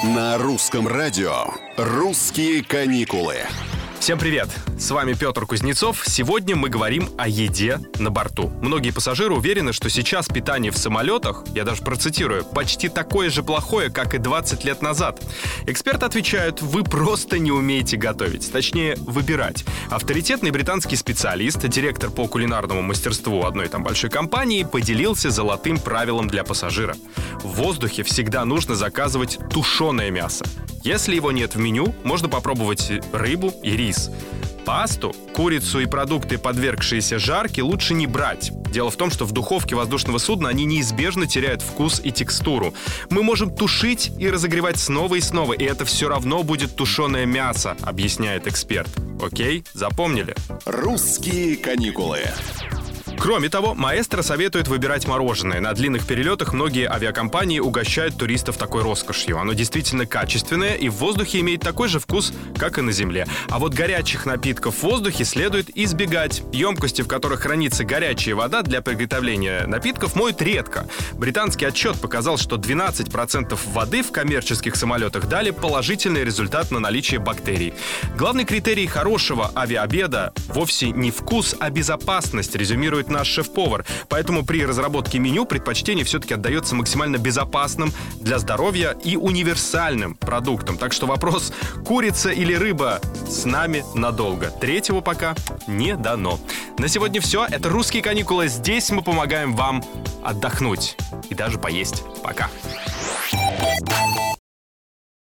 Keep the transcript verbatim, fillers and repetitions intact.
На русском радио «Русские каникулы». Всем привет! С вами Петр Кузнецов. Сегодня мы говорим о еде на борту. Многие пассажиры уверены, что сейчас питание в самолетах, я даже процитирую, почти такое же плохое, как и двадцать лет назад. Эксперты отвечают, вы просто не умеете готовить, точнее, выбирать. Авторитетный британский специалист, директор по кулинарному мастерству одной там большой компании, поделился золотым правилом для пассажира. В воздухе всегда нужно заказывать тушеное мясо. Если его нет в меню, можно попробовать рыбу и рис. Пасту, курицу и продукты, подвергшиеся жарке, лучше не брать. Дело в том, что в духовке воздушного судна они неизбежно теряют вкус и текстуру. Мы можем тушить и разогревать снова и снова, и это все равно будет тушеное мясо, объясняет эксперт. Окей, запомнили? «Русские каникулы». Кроме того, маэстро советует выбирать мороженое. На длинных перелетах многие авиакомпании угощают туристов такой роскошью. Оно действительно качественное и в воздухе имеет такой же вкус, как и на земле. А вот горячих напитков в воздухе следует избегать. Емкости, в которых хранится горячая вода для приготовления напитков, моют редко. Британский отчет показал, что двенадцать процентов воды в коммерческих самолетах дали положительный результат на наличие бактерий. Главный критерий хорошего авиаобеда вовсе не вкус, а безопасность, резюмирует наш шеф-повар. Поэтому при разработке меню предпочтение все-таки отдается максимально безопасным для здоровья и универсальным продуктам. Так что вопрос курица или рыба с нами надолго. Третьего пока не дано. На сегодня все. Это «Русские каникулы». Здесь мы помогаем вам отдохнуть и даже поесть. Пока.